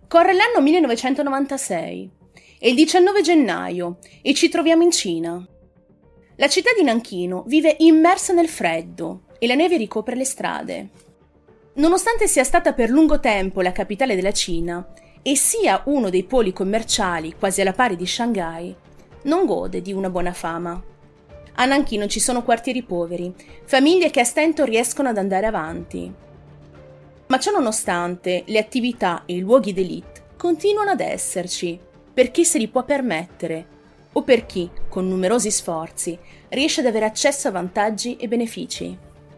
Corre l'anno 1996. È il 19 gennaio e ci troviamo in Cina. La città di Nanchino vive immersa nel freddo e la neve ricopre le strade. Nonostante sia stata per lungo tempo la capitale della Cina e sia uno dei poli commerciali quasi alla pari di Shanghai, non gode di una buona fama. A Nanchino ci sono quartieri poveri, famiglie che a stento riescono ad andare avanti. Ma ciò nonostante, le attività e i luoghi d'élite continuano ad esserci, per chi se li può permettere, o per chi, con numerosi sforzi, riesce ad avere accesso a vantaggi e benefici.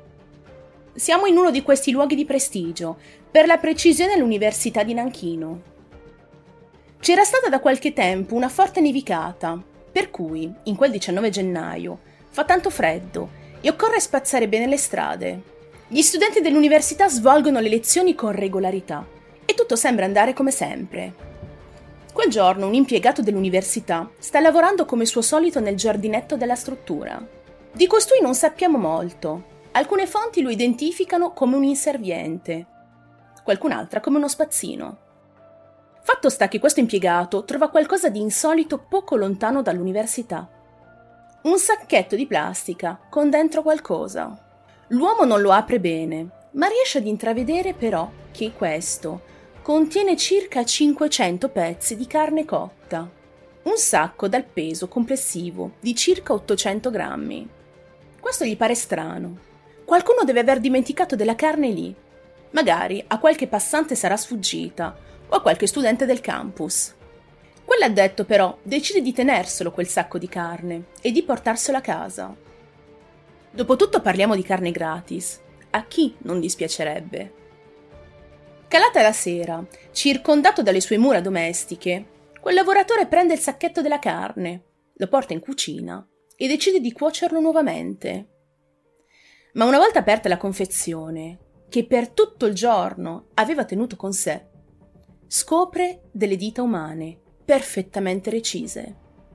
Siamo in uno di questi luoghi di prestigio, per la precisione l'Università di Nanchino. C'era stata da qualche tempo una forte nevicata, per cui, in quel 19 gennaio, fa tanto freddo e occorre spazzare bene le strade. Gli studenti dell'università svolgono le lezioni con regolarità e tutto sembra andare come sempre. Quel giorno un impiegato dell'università sta lavorando come suo solito nel giardinetto della struttura. Di costui non sappiamo molto. Alcune fonti lo identificano come un inserviente, qualcun'altra come uno spazzino. Fatto sta che questo impiegato trova qualcosa di insolito poco lontano dall'università. Un sacchetto di plastica con dentro qualcosa. L'uomo non lo apre bene, ma riesce ad intravedere però che questo contiene circa 500 pezzi di carne cotta. Un sacco dal peso complessivo di circa 800 grammi. Questo gli pare strano. Qualcuno deve aver dimenticato della carne lì. Magari a qualche passante sarà sfuggita o a qualche studente del campus. Quell'addetto però decide di tenerselo quel sacco di carne e di portarselo a casa. Dopotutto parliamo di carne gratis. A chi non dispiacerebbe? Calata la sera, circondato dalle sue mura domestiche, quel lavoratore prende il sacchetto della carne, lo porta in cucina e decide di cuocerlo nuovamente. Ma una volta aperta la confezione, che per tutto il giorno aveva tenuto con sé, scopre delle dita umane perfettamente recise.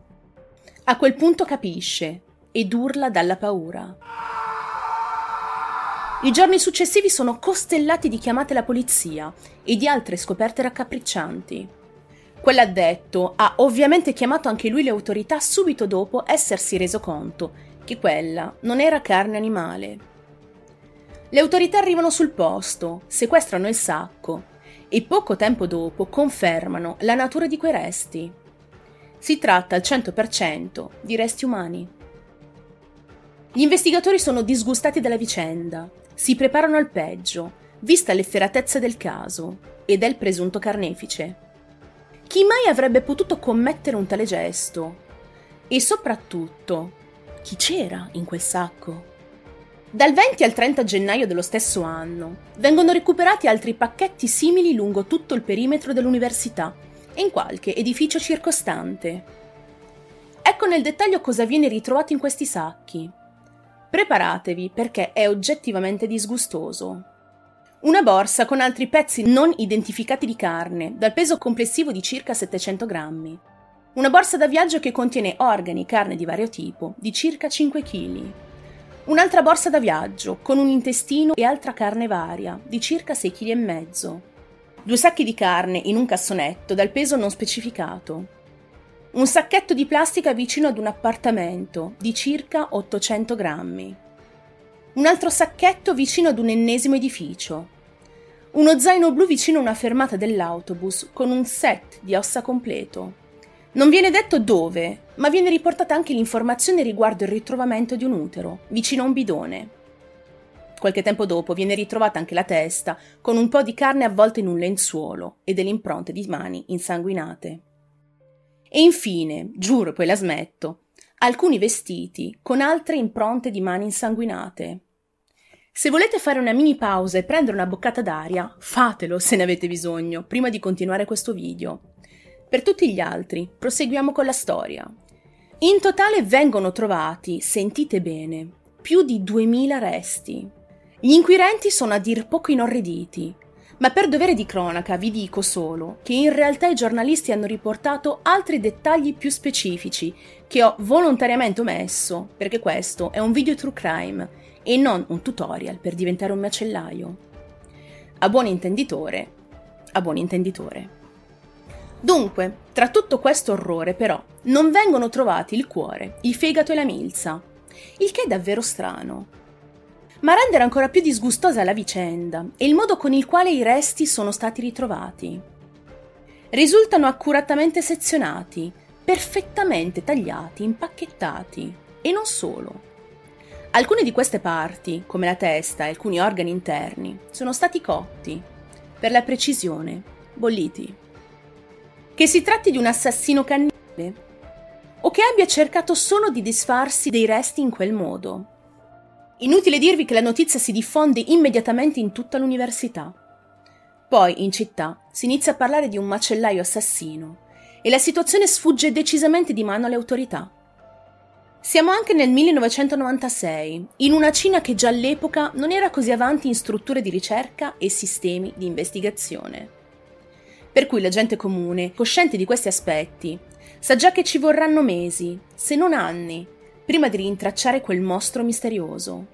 A quel punto capisce ed urla dalla paura. I giorni successivi sono costellati di chiamate alla polizia e di altre scoperte raccapriccianti. Quell'addetto ha ovviamente chiamato anche lui le autorità subito dopo essersi reso conto che quella non era carne animale. Le autorità arrivano sul posto, sequestrano il sacco e poco tempo dopo confermano la natura di quei resti. Si tratta al 100% di resti umani. Gli investigatori sono disgustati dalla vicenda, si preparano al peggio, vista l'efferatezza del caso e del presunto carnefice. Chi mai avrebbe potuto commettere un tale gesto? E soprattutto, chi c'era in quel sacco? Dal 20 al 30 gennaio dello stesso anno vengono recuperati altri pacchetti simili lungo tutto il perimetro dell'università e in qualche edificio circostante. Ecco nel dettaglio cosa viene ritrovato in questi sacchi. Preparatevi perché è oggettivamente disgustoso. Una borsa con altri pezzi non identificati di carne, dal peso complessivo di circa 700 grammi. Una borsa da viaggio che contiene organi e carne di vario tipo, di circa 5 kg. Un'altra borsa da viaggio, con un intestino e altra carne varia, di circa 6,5 kg. 2 sacchi di carne in un cassonetto, dal peso non specificato. Un sacchetto di plastica vicino ad un appartamento, di circa 800 grammi. Un altro sacchetto vicino ad un ennesimo edificio. Uno zaino blu vicino a una fermata dell'autobus, con un set di ossa completo. Non viene detto dove, ma viene riportata anche l'informazione riguardo il ritrovamento di un utero, vicino a un bidone. Qualche tempo dopo viene ritrovata anche la testa, con un po' di carne avvolta in un lenzuolo e delle impronte di mani insanguinate. E infine, giuro poi la smetto, alcuni vestiti con altre impronte di mani insanguinate. Se volete fare una mini pausa e prendere una boccata d'aria, fatelo se ne avete bisogno, prima di continuare questo video. Per tutti gli altri, proseguiamo con la storia. In totale vengono trovati, sentite bene, più di 2000 resti. Gli inquirenti sono a dir poco inorriditi, ma per dovere di cronaca vi dico solo che in realtà i giornalisti hanno riportato altri dettagli più specifici che ho volontariamente omesso, perché questo è un video true crime e non un tutorial per diventare un macellaio. A buon intenditore, a buon intenditore. Dunque, tra tutto questo orrore, però, non vengono trovati il cuore, il fegato e la milza, il che è davvero strano. Ma a rendere ancora più disgustosa la vicenda è il modo con il quale i resti sono stati ritrovati. Risultano accuratamente sezionati, perfettamente tagliati, impacchettati, e non solo. Alcune di queste parti, come la testa e alcuni organi interni, sono stati cotti, per la precisione, bolliti. Che si tratti di un assassino cannibale, o che abbia cercato solo di disfarsi dei resti in quel modo. Inutile dirvi che la notizia si diffonde immediatamente in tutta l'università. Poi, in città, si inizia a parlare di un macellaio assassino e la situazione sfugge decisamente di mano alle autorità. Siamo anche nel 1996, in una Cina che già all'epoca non era così avanti in strutture di ricerca e sistemi di investigazione. Per cui la gente comune, cosciente di questi aspetti, sa già che ci vorranno mesi, se non anni, prima di rintracciare quel mostro misterioso.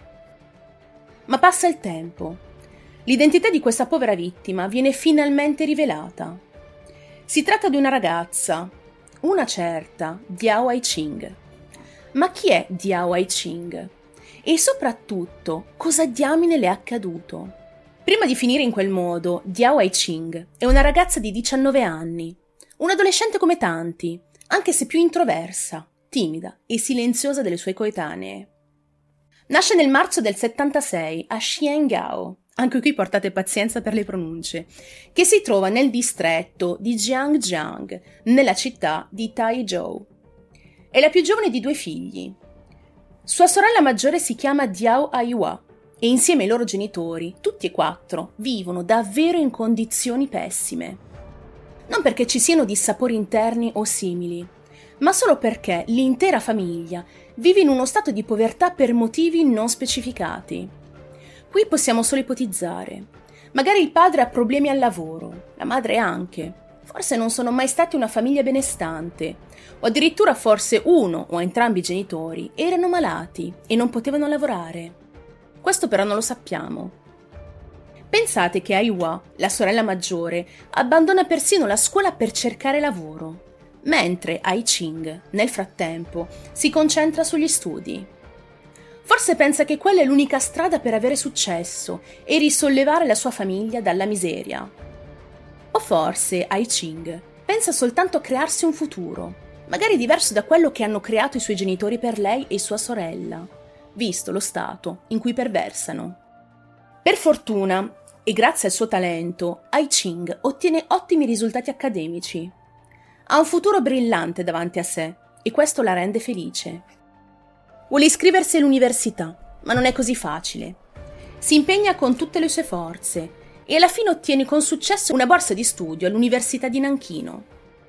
Ma passa il tempo. L'identità di questa povera vittima viene finalmente rivelata. Si tratta di una ragazza, una certa Diao Aiching. Ma chi è Diao Aiching? E soprattutto, cosa diamine le è accaduto? Prima di finire in quel modo, Diao Aiching è una ragazza di 19 anni, un'adolescente come tanti, anche se più introversa, timida e silenziosa delle sue coetanee. Nasce nel marzo del 76 a Xiangao, anche qui portate pazienza per le pronunce, che si trova nel distretto di Jiangjiang, nella città di Taizhou. È la più giovane di 2 figli. Sua sorella maggiore si chiama Diao Aihua e insieme ai loro genitori, tutti e 4, vivono davvero in condizioni pessime. Non perché ci siano dissapori interni o simili, ma solo perché l'intera famiglia vive in uno stato di povertà per motivi non specificati. Qui possiamo solo ipotizzare. Magari il padre ha problemi al lavoro, la madre anche. Forse non sono mai stati una famiglia benestante, o addirittura forse uno o entrambi i genitori erano malati e non potevano lavorare. Questo però non lo sappiamo. Pensate che Aihua, la sorella maggiore, abbandona persino la scuola per cercare lavoro, mentre Aiching, nel frattempo, si concentra sugli studi. Forse pensa che quella è l'unica strada per avere successo e risollevare la sua famiglia dalla miseria. O forse Aiching pensa soltanto a crearsi un futuro, magari diverso da quello che hanno creato i suoi genitori per lei e sua sorella, visto lo stato in cui perversano. Per fortuna, e grazie al suo talento, Aiching ottiene ottimi risultati accademici. Ha un futuro brillante davanti a sé e questo la rende felice. Vuole iscriversi all'università, ma non è così facile. Si impegna con tutte le sue forze e alla fine ottiene con successo una borsa di studio all'Università di Nanchino.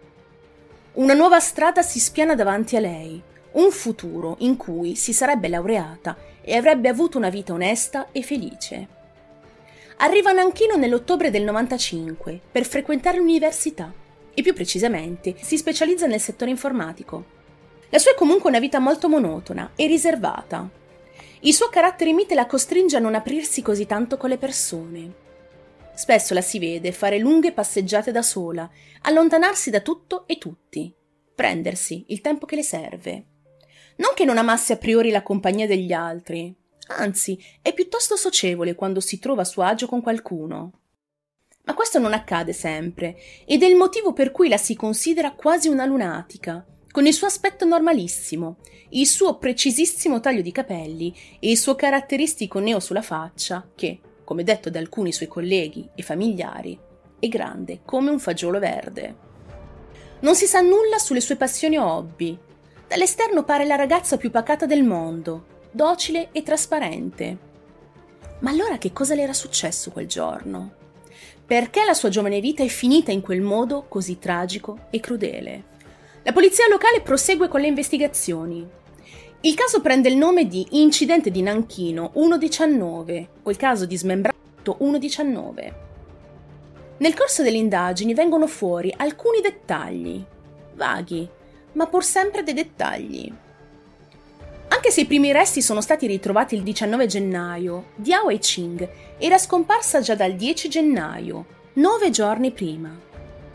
Una nuova strada si spiana davanti a lei, un futuro in cui si sarebbe laureata e avrebbe avuto una vita onesta e felice. Arriva a Nanchino nell'ottobre del 95 per frequentare l'università e più precisamente si specializza nel settore informatico. La sua è comunque una vita molto monotona e riservata. Il suo carattere mite la costringe a non aprirsi così tanto con le persone. Spesso la si vede fare lunghe passeggiate da sola, allontanarsi da tutto e tutti, prendersi il tempo che le serve. Non che non amasse a priori la compagnia degli altri, anzi, è piuttosto socievole quando si trova a suo agio con qualcuno. Ma questo non accade sempre, ed è il motivo per cui la si considera quasi una lunatica, con il suo aspetto normalissimo, il suo precisissimo taglio di capelli e il suo caratteristico neo sulla faccia che, come detto da alcuni suoi colleghi e familiari, è grande come un fagiolo verde. Non si sa nulla sulle sue passioni o hobby. Dall'esterno pare la ragazza più pacata del mondo, docile e trasparente. Ma allora che cosa le era successo quel giorno? Perché la sua giovane vita è finita in quel modo così tragico e crudele? La polizia locale prosegue con le investigazioni. Il caso prende il nome di Incidente di Nanchino 119 o il caso di smembramento 119. Nel corso delle indagini vengono fuori alcuni dettagli, vaghi, ma pur sempre dei dettagli. Anche se i primi resti sono stati ritrovati il 19 gennaio, Diao Aiching era scomparsa già dal 10 gennaio, 9 giorni prima.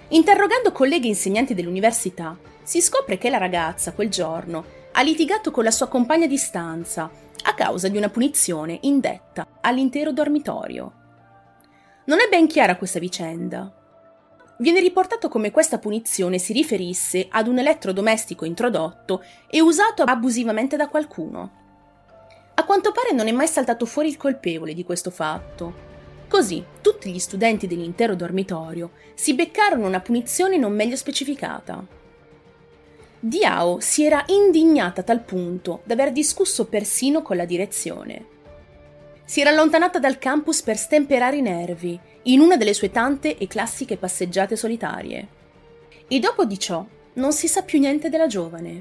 Interrogando colleghi e insegnanti dell'università, si scopre che la ragazza quel giorno ha litigato con la sua compagna di stanza a causa di una punizione indetta all'intero dormitorio. Non è ben chiara questa vicenda. Viene riportato come questa punizione si riferisse ad un elettrodomestico introdotto e usato abusivamente da qualcuno. A quanto pare non è mai saltato fuori il colpevole di questo fatto. Così tutti gli studenti dell'intero dormitorio si beccarono una punizione non meglio specificata. Diao si era indignata a tal punto da aver discusso persino con la direzione. Si era allontanata dal campus per stemperare i nervi in una delle sue tante e classiche passeggiate solitarie. E dopo di ciò non si sa più niente della giovane.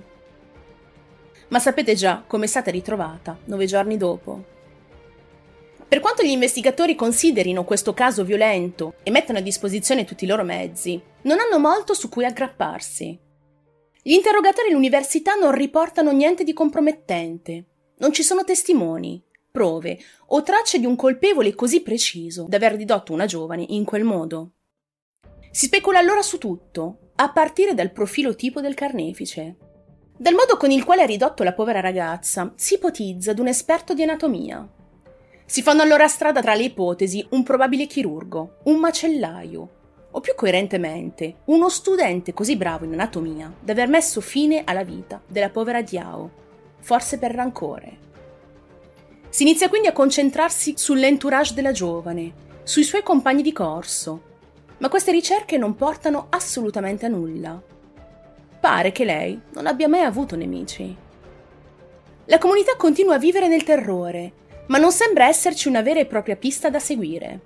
Ma sapete già come è stata ritrovata 9 giorni dopo. Per quanto gli investigatori considerino questo caso violento e mettano a disposizione tutti i loro mezzi, non hanno molto su cui aggrapparsi. Gli interrogatori all'università non riportano niente di compromettente, non ci sono testimoni, prove o tracce di un colpevole così preciso da aver ridotto una giovane in quel modo. Si specula allora su tutto, a partire dal profilo tipo del carnefice. Dal modo con il quale ha ridotto la povera ragazza, si ipotizza ad un esperto di anatomia. Si fanno allora strada tra le ipotesi un probabile chirurgo, un macellaio, o più coerentemente, uno studente così bravo in anatomia da aver messo fine alla vita della povera Diao, forse per rancore. Si inizia quindi a concentrarsi sull'entourage della giovane, sui suoi compagni di corso, ma queste ricerche non portano assolutamente a nulla. Pare che lei non abbia mai avuto nemici. La comunità continua a vivere nel terrore, ma non sembra esserci una vera e propria pista da seguire.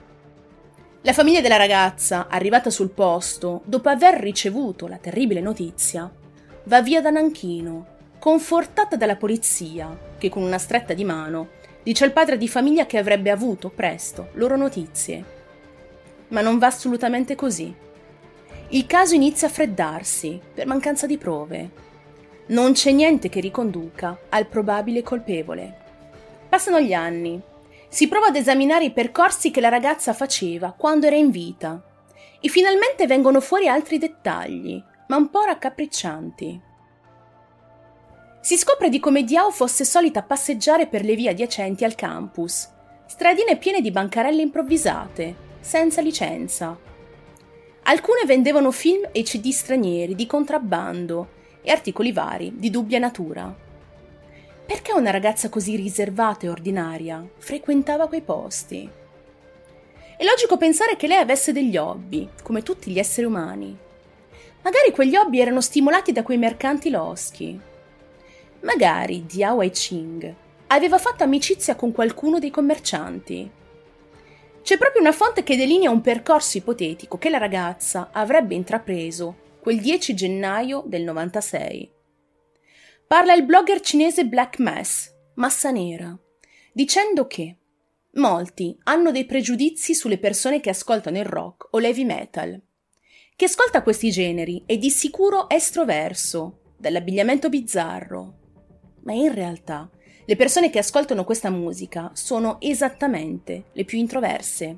La famiglia della ragazza, arrivata sul posto, dopo aver ricevuto la terribile notizia, va via da Nanchino, confortata dalla polizia, che con una stretta di mano dice al padre di famiglia che avrebbe avuto presto loro notizie. Ma non va assolutamente così. Il caso inizia a freddarsi per mancanza di prove. Non c'è niente che riconduca al probabile colpevole. Passano gli anni. Si prova ad esaminare i percorsi che la ragazza faceva quando era in vita e finalmente vengono fuori altri dettagli, ma un po' raccapriccianti. Si scopre di come Diao fosse solita passeggiare per le vie adiacenti al campus, stradine piene di bancarelle improvvisate, senza licenza. Alcune vendevano film e CD stranieri di contrabbando e articoli vari di dubbia natura. Perché una ragazza così riservata e ordinaria frequentava quei posti? È logico pensare che lei avesse degli hobby, come tutti gli esseri umani. Magari quegli hobby erano stimolati da quei mercanti loschi. Magari Diao Wei-ching aveva fatto amicizia con qualcuno dei commercianti. C'è proprio una fonte che delinea un percorso ipotetico che la ragazza avrebbe intrapreso quel 10 gennaio del 96. Parla il blogger cinese Black Mass, Massa Nera, dicendo che molti hanno dei pregiudizi sulle persone che ascoltano il rock o l'heavy metal. Chi ascolta questi generi è di sicuro estroverso, dall'abbigliamento bizzarro. Ma in realtà le persone che ascoltano questa musica sono esattamente le più introverse.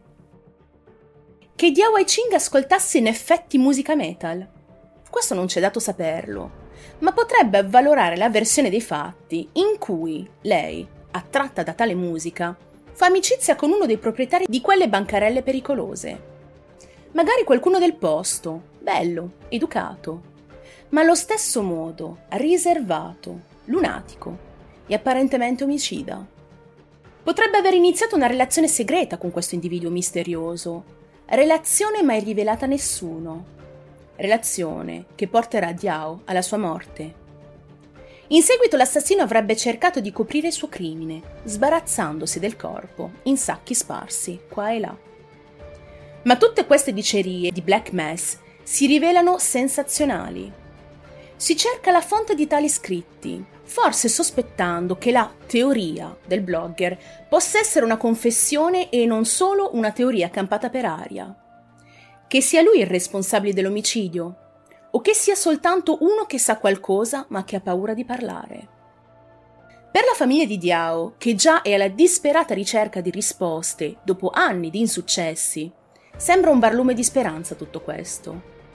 Che Diao Wei-ching ascoltasse in effetti musica metal? Questo non c'è dato saperlo, ma potrebbe avvalorare la versione dei fatti in cui lei, attratta da tale musica, fa amicizia con uno dei proprietari di quelle bancarelle pericolose. Magari qualcuno del posto, bello, educato, ma allo stesso modo riservato, lunatico e apparentemente omicida. Potrebbe aver iniziato una relazione segreta con questo individuo misterioso, relazione mai rivelata a nessuno. Relazione che porterà Diao alla sua morte. In seguito l'assassino avrebbe cercato di coprire il suo crimine, sbarazzandosi del corpo in sacchi sparsi qua e là. Ma tutte queste dicerie di Black Mass si rivelano sensazionali. Si cerca la fonte di tali scritti, forse sospettando che la teoria del blogger possa essere una confessione e non solo una teoria campata per aria. Che sia lui il responsabile dell'omicidio, o che sia soltanto uno che sa qualcosa ma che ha paura di parlare. Per la famiglia di Diao, che già è alla disperata ricerca di risposte dopo anni di insuccessi, sembra un barlume di speranza tutto questo.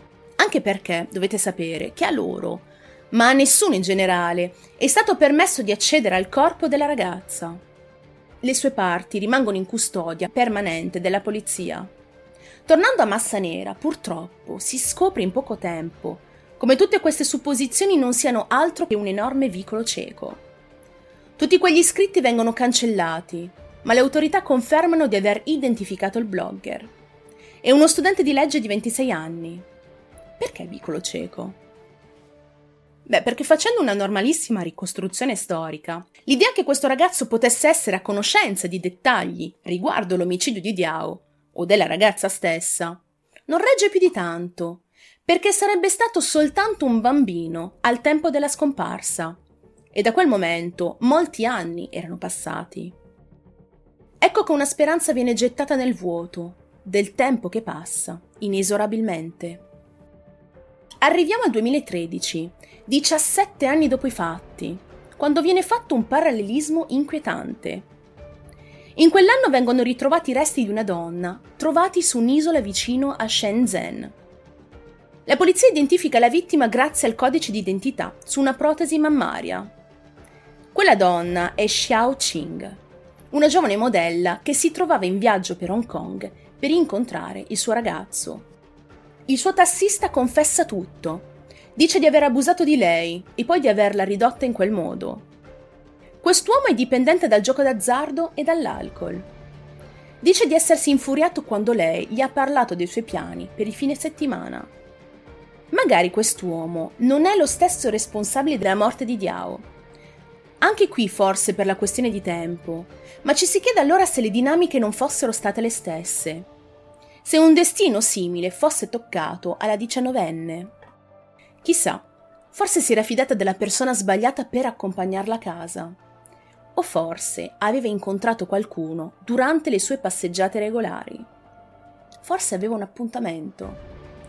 Anche perché dovete sapere che a loro, ma a nessuno in generale, è stato permesso di accedere al corpo della ragazza. Le sue parti rimangono in custodia permanente della polizia. Tornando a Massa Nera, purtroppo si scopre in poco tempo come tutte queste supposizioni non siano altro che un enorme vicolo cieco. Tutti quegli scritti vengono cancellati, ma le autorità confermano di aver identificato il blogger. È uno studente di legge di 26 anni. Perché vicolo cieco? Perché facendo una normalissima ricostruzione storica, l'idea che questo ragazzo potesse essere a conoscenza di dettagli riguardo l'omicidio di Diao o della ragazza stessa non regge più di tanto, perché sarebbe stato soltanto un bambino al tempo della scomparsa e da quel momento molti anni erano passati. Ecco che una speranza viene gettata nel vuoto del tempo che passa inesorabilmente. Arriviamo al 2013, 17 anni dopo i fatti, quando viene fatto un parallelismo inquietante. In quell'anno vengono ritrovati i resti di una donna, trovati su un'isola vicino a Shenzhen. La polizia identifica la vittima grazie al codice di identità su una protesi mammaria. Quella donna è Xiao Qing, una giovane modella che si trovava in viaggio per Hong Kong per incontrare il suo ragazzo. Il suo tassista confessa tutto. Dice di aver abusato di lei e poi di averla ridotta in quel modo. Quest'uomo è dipendente dal gioco d'azzardo e dall'alcol. Dice di essersi infuriato quando lei gli ha parlato dei suoi piani per il fine settimana. Magari quest'uomo non è lo stesso responsabile della morte di Diao. Anche qui forse per la questione di tempo, ma ci si chiede allora se le dinamiche non fossero state le stesse. Se un destino simile fosse toccato alla 19enne. Chissà, forse si era fidata della persona sbagliata per accompagnarla a casa. O forse aveva incontrato qualcuno durante le sue passeggiate regolari. Forse aveva un appuntamento.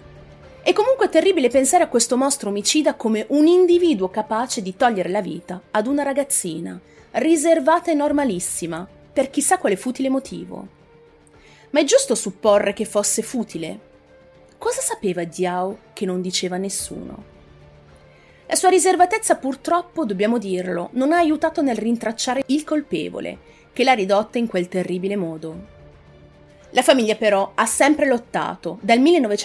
È comunque terribile pensare a questo mostro omicida come un individuo capace di togliere la vita ad una ragazzina, riservata e normalissima, per chissà quale futile motivo. Ma è giusto supporre che fosse futile? Cosa sapeva Diao che non diceva a nessuno? La sua riservatezza, purtroppo, dobbiamo dirlo, non ha aiutato nel rintracciare il colpevole, che l'ha ridotta in quel terribile modo. La famiglia però ha sempre lottato, dal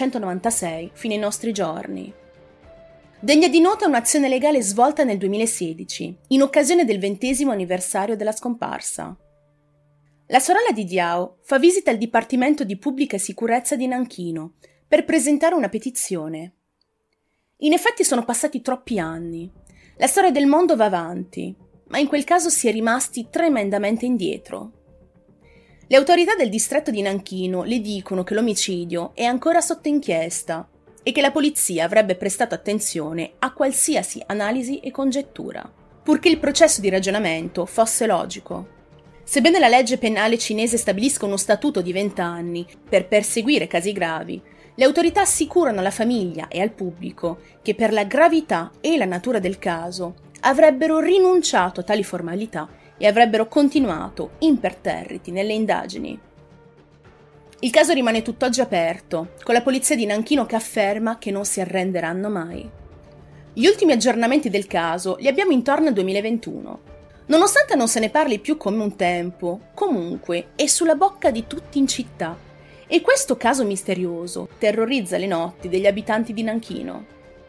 1996 fino ai nostri giorni. Degna di nota è un'azione legale svolta nel 2016, in occasione del 20° anniversario della scomparsa. La sorella di Diao fa visita al Dipartimento di Pubblica Sicurezza di Nanchino per presentare una petizione. In effetti sono passati troppi anni. La storia del mondo va avanti, ma in quel caso si è rimasti tremendamente indietro. Le autorità del distretto di Nanchino le dicono che l'omicidio è ancora sotto inchiesta e che la polizia avrebbe prestato attenzione a qualsiasi analisi e congettura, purché il processo di ragionamento fosse logico. Sebbene la legge penale cinese stabilisca uno statuto di 20 anni per perseguire casi gravi, le autorità assicurano alla famiglia e al pubblico che per la gravità e la natura del caso avrebbero rinunciato a tali formalità e avrebbero continuato imperterriti nelle indagini. Il caso rimane tutt'oggi aperto, con la polizia di Nanchino che afferma che non si arrenderanno mai. Gli ultimi aggiornamenti del caso li abbiamo intorno al 2021. Nonostante non se ne parli più come un tempo, comunque è sulla bocca di tutti in città e questo caso misterioso terrorizza le notti degli abitanti di Nanchino.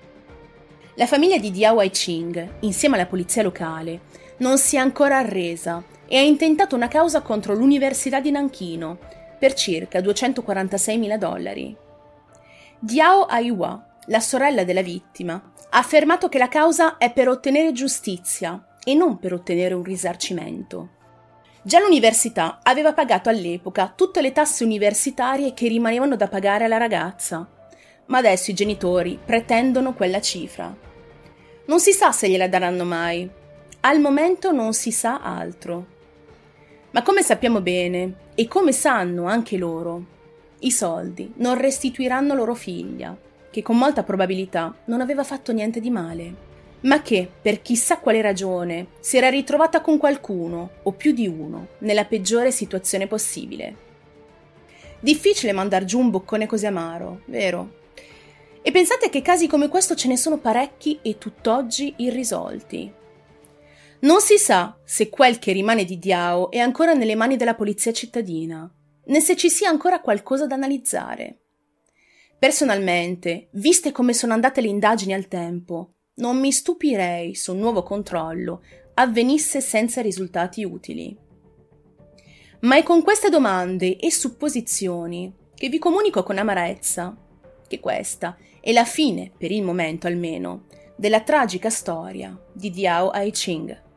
La famiglia di Diao Waiqing, insieme alla polizia locale, non si è ancora arresa e ha intentato una causa contro l'Università di Nanchino per circa $246.000. Diao Aiwa, la sorella della vittima, ha affermato che la causa è per ottenere giustizia e non per ottenere un risarcimento. Già l'università aveva pagato all'epoca tutte le tasse universitarie che rimanevano da pagare alla ragazza, ma adesso i genitori pretendono quella cifra. Non si sa se gliela daranno mai. Al momento non si sa altro. Ma come sappiamo bene, e come sanno anche loro, i soldi non restituiranno loro figlia, che con molta probabilità non aveva fatto niente di male, ma che, per chissà quale ragione, si era ritrovata con qualcuno, o più di uno, nella peggiore situazione possibile. Difficile mandar giù un boccone così amaro, vero? E pensate che casi come questo ce ne sono parecchi e tutt'oggi irrisolti. Non si sa se quel che rimane di Diao è ancora nelle mani della polizia cittadina, né se ci sia ancora qualcosa da analizzare. Personalmente, viste come sono andate le indagini al tempo, non mi stupirei se un nuovo controllo avvenisse senza risultati utili. Ma è con queste domande e supposizioni che vi comunico con amarezza che questa è la fine, per il momento almeno, della tragica storia di Diao Aiqing.